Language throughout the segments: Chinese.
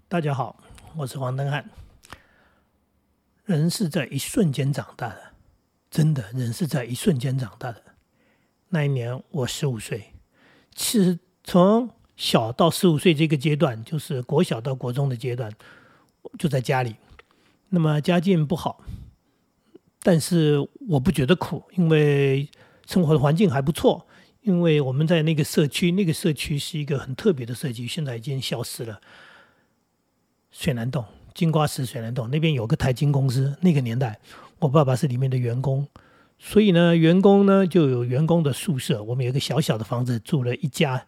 大家好，我是黄登汉。人是在一瞬间长大的，真的，人是在一瞬间长大的。那一年我15岁，其实从小到15岁这个阶段，就是国小到国中的阶段，就在家里。那么家境不好，但是我不觉得苦，因为生活的环境还不错。因为我们在那个社区，那个社区是一个很特别的社区，现在已经消失了。水南洞，金瓜石水南洞那边有个台金公司，那个年代我爸爸是里面的员工，所以呢，员工呢就有员工的宿舍。我们有一个小小的房子，住了一家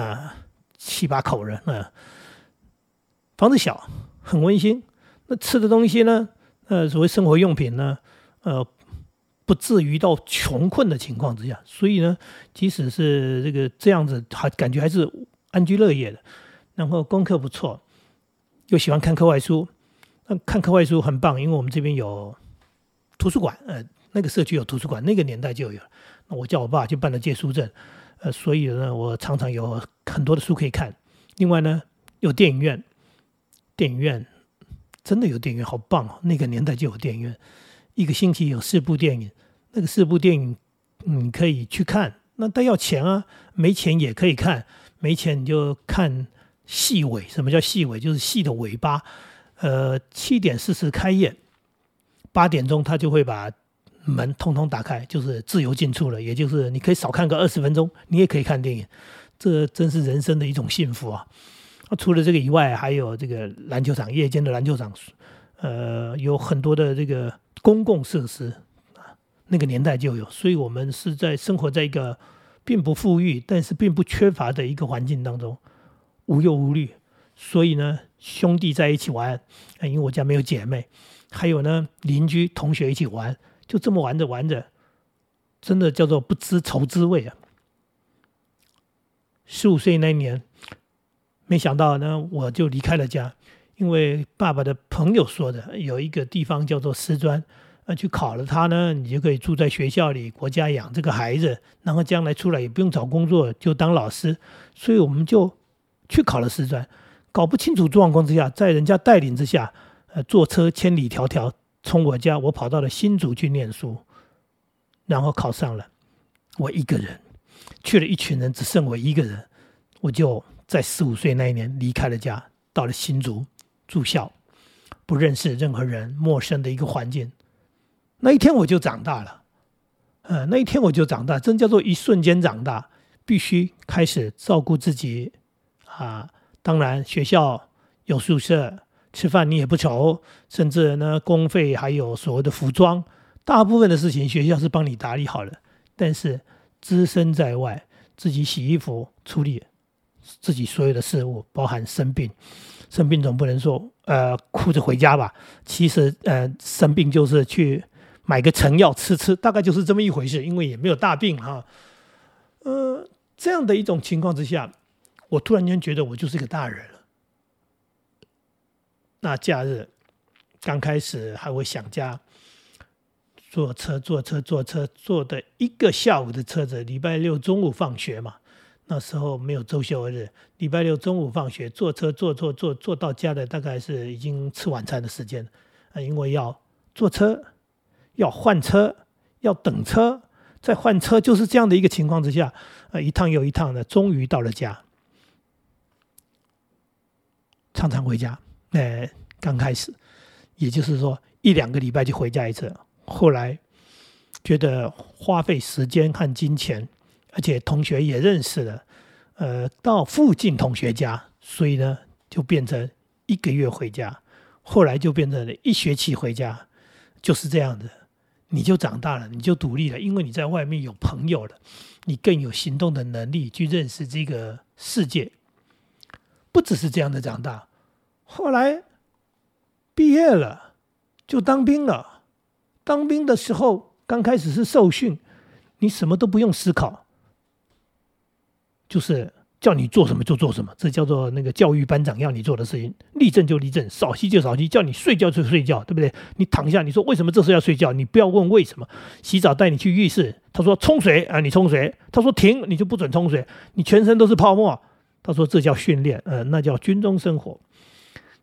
7、8口人房子小，很温馨。那吃的东西呢，所谓生活用品呢，不至于到穷困的情况之下，所以呢，即使是这样子，感觉还是安居乐业的。然后功课不错。又喜欢看课外书，看课外书很棒，因为我们这边有图书馆，那个社区有图书馆，那个年代就有了。那我叫我爸去办了借书证，所以呢，我常常有很多的书可以看。另外呢，有电影院，电影院真的有电影院，好棒哦！那个年代就有电影院，一个星期有4部电影，那个4部电影你可以去看，那但要钱啊，没钱也可以看，没钱你就看。戏尾，什么叫戏尾？就是戏的尾巴。7点40开业，8点钟他就会把门通通打开，就是自由进出了。也就是你可以少看个20分钟，你也可以看电影。这真是人生的一种幸福啊！除了这个以外，还有这个篮球场，夜间的篮球场，有很多的这个公共设施，那个年代就有。所以我们是生活在一个并不富裕，但是并不缺乏的一个环境当中。无忧无虑，所以呢，兄弟在一起玩，因为我家没有姐妹，还有呢，邻居同学一起玩，就这么玩着玩着，真的叫做不知愁滋味啊。15岁那年，没想到呢，我就离开了家，因为爸爸的朋友说的，有一个地方叫做师专，去考了它呢，你就可以住在学校里，国家养这个孩子，然后将来出来也不用找工作，就当老师，所以我们就。去考了师专，搞不清楚状况之下，在人家带领之下，坐车千里迢迢从我跑到了新竹去念书，然后考上了。我一个人去了一群人，只剩我一个人，我就在15岁那一年离开了家，到了新竹住校，不认识任何人，陌生的一个环境。那一天我就长大了，那一天我就长大，真叫做一瞬间长大，必须开始照顾自己。当然学校有宿舍，吃饭你也不愁，甚至呢公费还有所谓的服装，大部分的事情学校是帮你打理好了。但是只身在外，自己洗衣服，处理自己所有的事物，包含生病总不能说哭着回家吧。其实生病就是去买个成药吃，大概就是这么一回事，因为也没有大病哈。这样的一种情况之下。我突然间觉得我就是个大人了。那假日刚开始还会想家，坐车坐的一个下午的车子。礼拜六中午放学嘛，那时候没有周休日，礼拜六中午放学，坐车坐到家的大概是已经吃晚餐的时间，因为要坐车，要换车，要等车，再换车，就是这样的一个情况之下，一趟又一趟的，终于到了家。常常回家，刚开始，也就是说1-2个礼拜就回家一次。后来觉得花费时间和金钱，而且同学也认识了，到附近同学家，所以呢就变成1个月回家，后来就变成了1学期回家，就是这样的。你就长大了，你就独立了，因为你在外面有朋友了，你更有行动的能力去认识这个世界。不只是这样的长大，后来毕业了就当兵了。当兵的时候刚开始是受训，你什么都不用思考，就是叫你做什么就做什么，这叫做那个教育班长要你做的事情。立正就立正，扫息就扫息，叫你睡觉就睡觉，对不对？你躺下，你说为什么这时候要睡觉？你不要问为什么。洗澡带你去浴室，他说冲水啊，你冲水，他说停，你就不准冲水，你全身都是泡沫。他说这叫训练，那叫军中生活。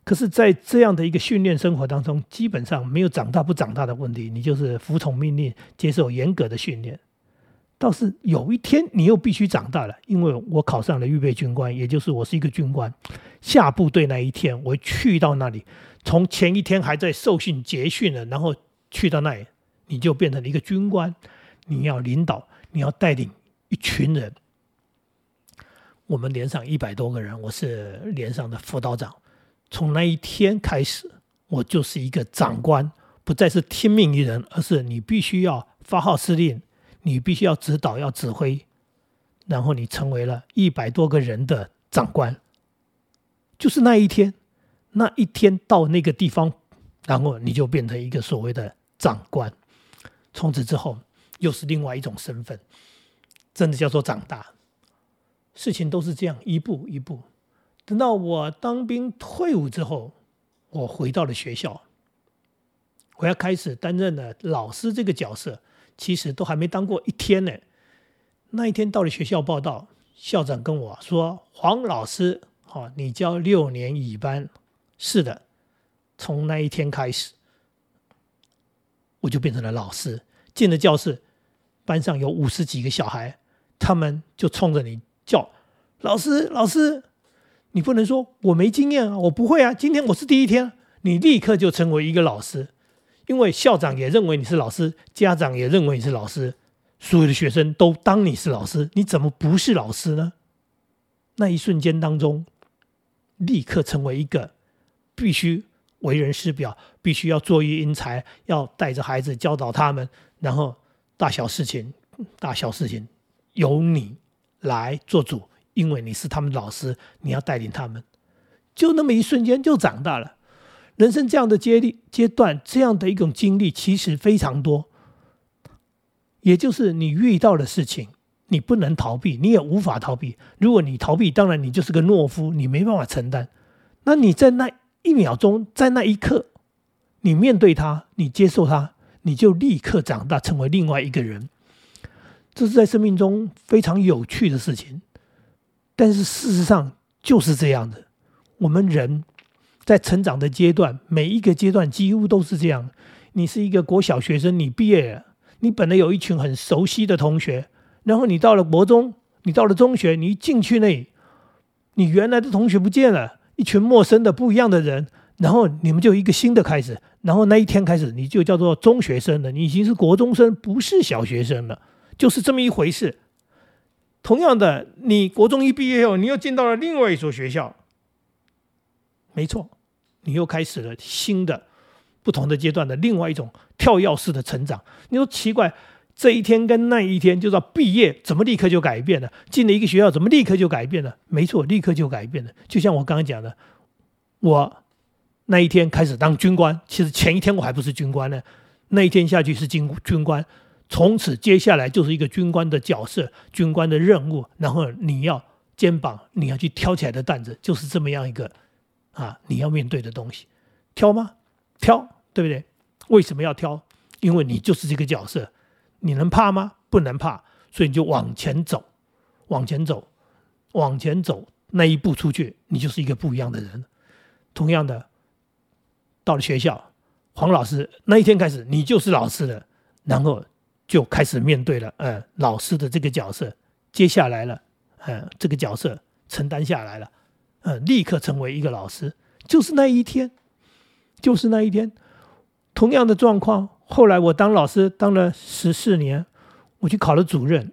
可是在这样的一个训练生活当中，基本上没有长大不长大的问题，你就是服从命令，接受严格的训练。倒是有一天你又必须长大了，因为我考上了预备军官，也就是我是一个军官。下部队那一天，我去到那里，从前一天还在受训结训了，然后去到那里，你就变成了一个军官，你要领导，你要带领一群人。我们连上100多个人，我是连上的辅导长。从那一天开始，我就是一个长官，不再是听命于人，而是你必须要发号施令，你必须要指导，要指挥，然后你成为了100多个人的长官。就是那一天到那个地方，然后你就变成一个所谓的长官。从此之后，又是另外一种身份，真的叫做长大。事情都是这样一步一步。等到我当兵退伍之后，我回到了学校，我要开始担任了老师这个角色，其实都还没当过1天呢。那一天到了学校报到，校长跟我说：“黄老师，你教6年乙班。”是的，从那一天开始，我就变成了老师。进了教室，班上有50几个小孩，他们就冲着你叫：“老师，老师！”你不能说我没经验啊，我不会啊，今天我是第1天，你立刻就成为一个老师，因为校长也认为你是老师，家长也认为你是老师，所有的学生都当你是老师，你怎么不是老师呢？那一瞬间当中，立刻成为一个必须为人师表，必须要作育英才，要带着孩子教导他们，然后大小事情由你来做主。因为你是他们的老师，你要带领他们，就那么一瞬间就长大了。人生这样的阶段，这样的一种经历其实非常多，也就是你遇到的事情，你不能逃避，你也无法逃避。如果你逃避，当然你就是个懦夫，你没办法承担。那你在那1秒钟，在那一刻，你面对它，你接受它，你就立刻长大，成为另外一个人。这是在生命中非常有趣的事情。但是事实上就是这样的，我们人在成长的阶段，每一个阶段几乎都是这样。你是一个国小学生，你毕业了，你本来有一群很熟悉的同学，然后你到了国中，你到了中学，你一进去那里，你原来的同学不见了，一群陌生的不一样的人，然后你们就一个新的开始，然后那一天开始你就叫做中学生了，你已经是国中生，不是小学生了，就是这么一回事。同样的，你国中一毕业后，你又进到了另外一所学校，没错，你又开始了新的不同的阶段的另外一种跳跃式的成长。你说奇怪，这一天跟那一天就到毕业，怎么立刻就改变了？进了一个学校，怎么立刻就改变了？没错，立刻就改变了。就像我刚刚讲的，我那一天开始当军官，其实前一天我还不是军官呢，那一天下去是军官。从此接下来就是一个军官的角色，军官的任务，然后你要肩膀，你要去挑起来的担子，就是这么样一个你要面对的东西。挑吗？挑，对不对？为什么要挑？因为你就是这个角色，你能怕吗？不能怕，所以你就往前走，往前走，往前走，那一步出去，你就是一个不一样的人。同样的，到了学校，黄老师那一天开始，你就是老师了，然后就开始面对了老师的这个角色，接下来了这个角色承担下来了，立刻成为一个老师，就是那一天，就是那一天。同样的状况，后来我当老师当了14年，我去考了主任，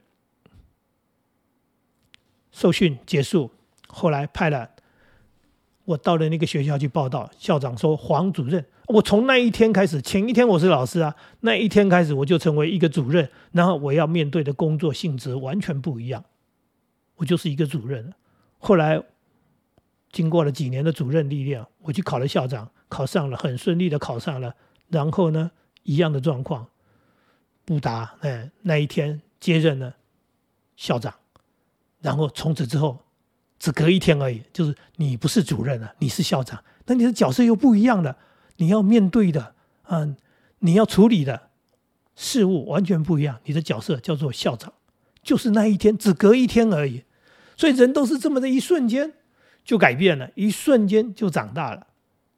受训结束，后来派了我到了那个学校去报道，校长说黄主任，我从那一天开始，前一天我是老师啊，那一天开始我就成为一个主任，然后我要面对的工作性质完全不一样，我就是一个主任了。后来经过了几年的主任历练，我去考了校长，考上了，很顺利的考上了，然后呢一样的状况，布达那一天接任了校长，然后从此之后只隔1天而已，就是你不是主任了，你是校长，但你的角色又不一样了，你要面对的你要处理的事物完全不一样，你的角色叫做校长，就是那一天，只隔1天而已。所以人都是这么的一瞬间就改变了，一瞬间就长大了。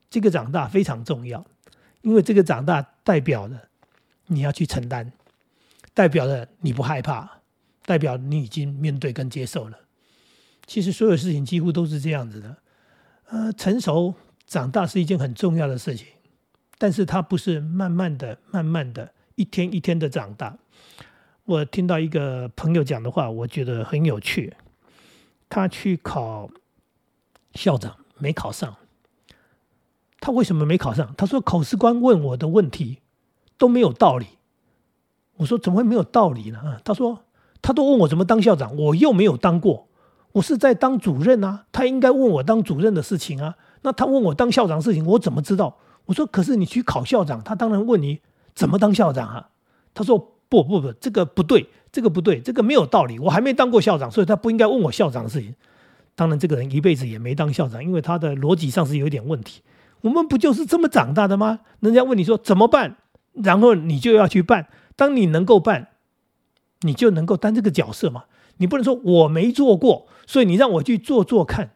这个长大非常重要，因为这个长大代表了你要去承担，代表了你不害怕，代表你已经面对跟接受了。其实所有事情几乎都是这样子的。成熟长大是一件很重要的事情，但是它不是慢慢的、一天一天的长大。我听到一个朋友讲的话，我觉得很有趣。他去考校长没考上，他为什么没考上？他说考试官问我的问题都没有道理。我说怎么会没有道理呢？他说他都问我怎么当校长，我又没有当过，我是在当主任啊，他应该问我当主任的事情啊，那他问我当校长的事情，我怎么知道？我说可是你去考校长，他当然问你怎么当校长啊。他说不，这个不对，这个没有道理，我还没当过校长，所以他不应该问我校长的事情。当然这个人一辈子也没当校长，因为他的逻辑上是有一点问题。我们不就是这么长大的吗？人家问你说怎么办，然后你就要去办，当你能够办，你就能够担这个角色嘛。你不能说我没做过，所以你让我去做做看。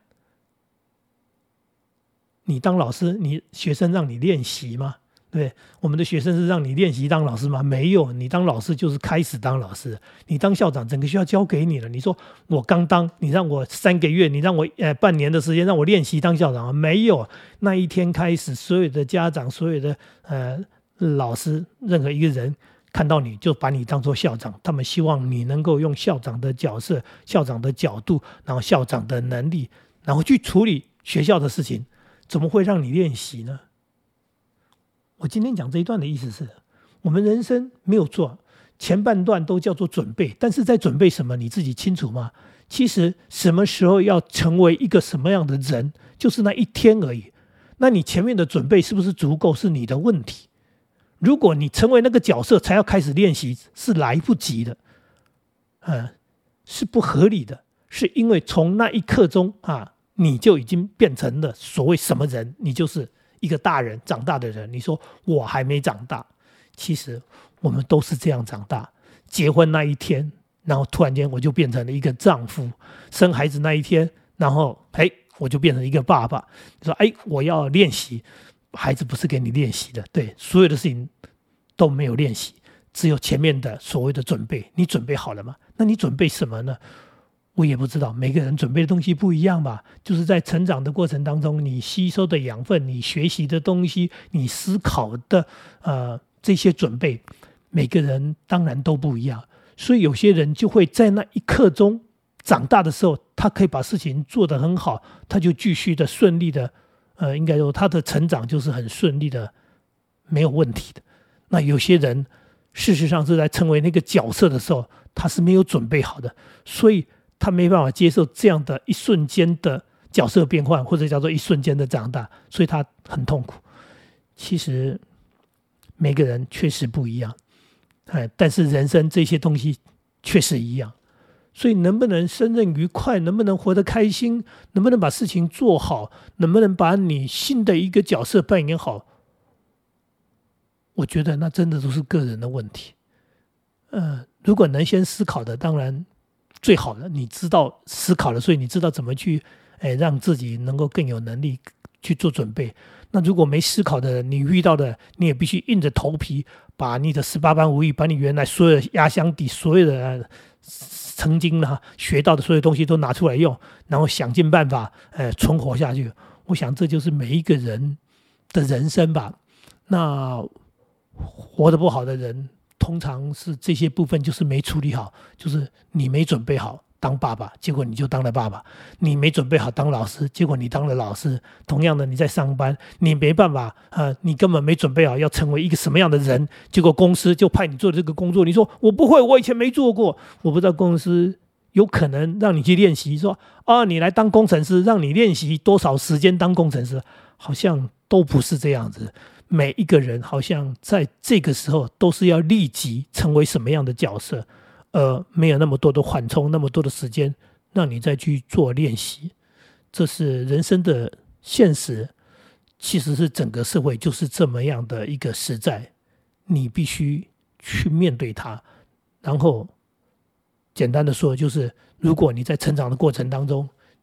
你当老师，你学生让你练习吗？对，我们的学生是让你练习当老师吗？没有，你当老师就是开始当老师。你当校长，整个学校交给你了。你说我刚当，你让我3个月，你让我半年的时间让我练习当校长，没有。那一天开始，所有的家长、所有的老师，任何一个人看到你就把你当作校长，他们希望你能够用校长的角色、校长的角度，然后校长的能力，然后去处理学校的事情，怎么会让你练习呢？我今天讲这一段的意思是，我们人生没有错，前半段都叫做准备，但是在准备什么你自己清楚吗？其实什么时候要成为一个什么样的人，就是那一天而已。那你前面的准备是不是足够，是你的问题。如果你成为那个角色才要开始练习，是来不及的，是不合理的，是因为从那一刻中你就已经变成了所谓什么人，你就是一个大人，长大的人。你说我还没长大，其实我们都是这样长大。结婚那一天，然后突然间我就变成了一个丈夫，生孩子那一天，然后我就变成一个爸爸。你说我要练习，孩子不是给你练习的，对，所有的事情都没有练习，只有前面的所谓的准备。你准备好了吗？那你准备什么呢？我也不知道，每个人准备的东西不一样吧。就是在成长的过程当中，你吸收的养分，你学习的东西，你思考的这些准备，每个人当然都不一样。所以有些人就会在那一刻中长大的时候，他可以把事情做得很好，他就继续的顺利的应该说他的成长就是很顺利的，没有问题的。那有些人事实上是在成为那个角色的时候，他是没有准备好的，所以他没办法接受这样的一瞬间的角色变换，或者叫做一瞬间的长大，所以他很痛苦。其实每个人确实不一样，但是人生这些东西确实一样。所以能不能胜任愉快，能不能活得开心，能不能把事情做好，能不能把你新的一个角色扮演好，我觉得那真的都是个人的问题。如果能先思考的，当然最好了，你知道思考了，所以你知道怎么去让自己能够更有能力去做准备。那如果没思考的人，你遇到的你也必须硬着头皮把你的18般武艺，把你原来所有的压箱底，所有的曾经学到的所有东西都拿出来用，然后想尽办法存活下去。我想这就是每一个人的人生吧。那活得不好的人，通常是这些部分就是没处理好，就是你没准备好当爸爸，结果你就当了爸爸；你没准备好当老师，结果你当了老师。同样的，你在上班，你没办法你根本没准备好要成为一个什么样的人，结果公司就派你做这个工作，你说我不会，我以前没做过。我不知道公司有可能让你去练习，说你来当工程师，让你练习多少时间当工程师，好像都不是这样子。每一个人好像在这个时候都是要立即成为什么样的角色，没有那么多的缓冲，那么多的时间让你再去做练习。这是人生的现实，其实是整个社会就是这么样的一个实在，你必须去面对它。然后简单的说，就是如果你在成长的过程当中，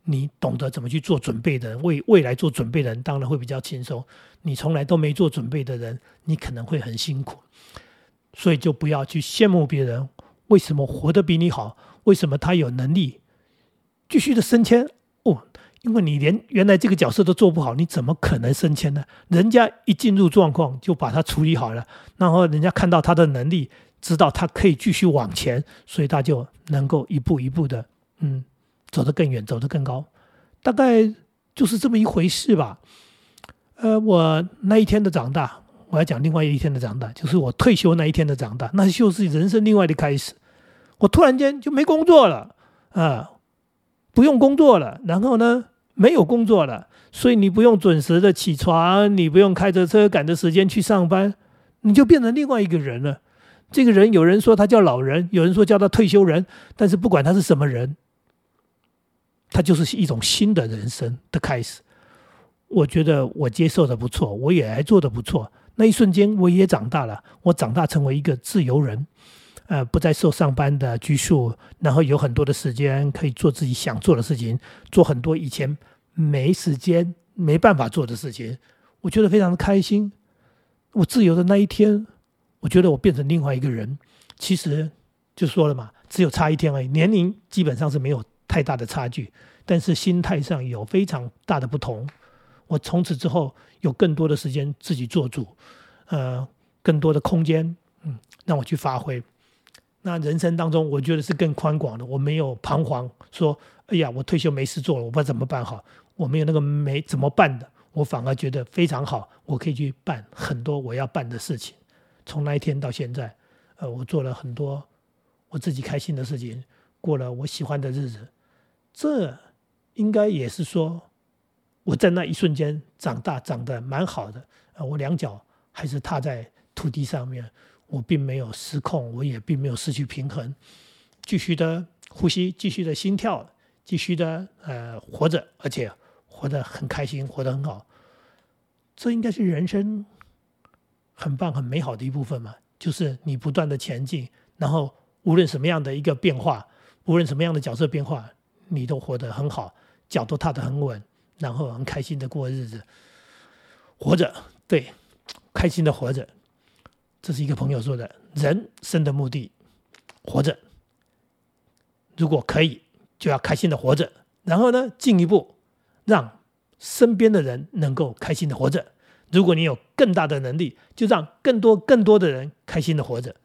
你懂得怎么去做准备的人，为未来做准备的人当然会比较轻松。你从来都没做准备的人，你可能会很辛苦。所以就不要去羡慕别人为什么活得比你好，为什么他有能力继续的升迁哦，因为你连原来这个角色都做不好，你怎么可能升迁呢？人家一进入状况就把他处理好了，然后人家看到他的能力，知道他可以继续往前，所以他就能够一步一步的走得更远，走得更高。大概就是这么一回事吧。我那一天的长大，我要讲另外一天的长大，就是我退休那一天的长大，那就是人生另外的开始。我突然间就没工作了不用工作了，然后呢没有工作了，所以你不用准时的起床，你不用开着车赶着时间去上班，你就变成另外一个人了。这个人有人说他叫老人，有人说叫他退休人，但是不管他是什么人，他就是一种新的人生的开始。我觉得我接受的不错，我也还做的不错。那一瞬间我也长大了，我长大成为一个自由人，不再受上班的拘束，然后有很多的时间可以做自己想做的事情，做很多以前没时间没办法做的事情，我觉得非常的开心。我自由的那一天，我觉得我变成另外一个人。其实就说了嘛，只有差一天而已，年龄基本上是没有太大的差距，但是心态上有非常大的不同。我从此之后有更多的时间自己做主，更多的空间，让我去发挥。那人生当中，我觉得是更宽广的。我没有彷徨，说，哎呀，我退休没事做了，我不知道怎么办好。我没有那个没怎么办的，我反而觉得非常好，我可以去办很多我要办的事情。从那一天到现在，我做了很多我自己开心的事情，过了我喜欢的日子。这应该也是说，我在那一瞬间长大，长得蛮好的。我两脚还是踏在土地上面，我并没有失控，我也并没有失去平衡，继续的呼吸，继续的心跳，继续的活着，而且活得很开心，活得很好。这应该是人生很棒很美好的一部分嘛，就是你不断的前进，然后无论什么样的一个变化，无论什么样的角色变化，你都活得很好，脚都踏得很稳，然后很开心的过日子，活着，对，开心的活着。这是一个朋友说的，人生的目的，活着。如果可以，就要开心的活着，然后呢，进一步让身边的人能够开心的活着。如果你有更大的能力，就让更多的人开心的活着。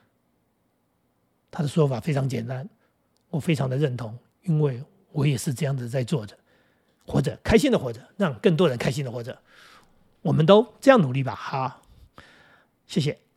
他的说法非常简单，我非常的认同，因为我也是这样子在做着，活着，开心的活着，让更多人开心的活着。我们都这样努力吧，好，谢谢。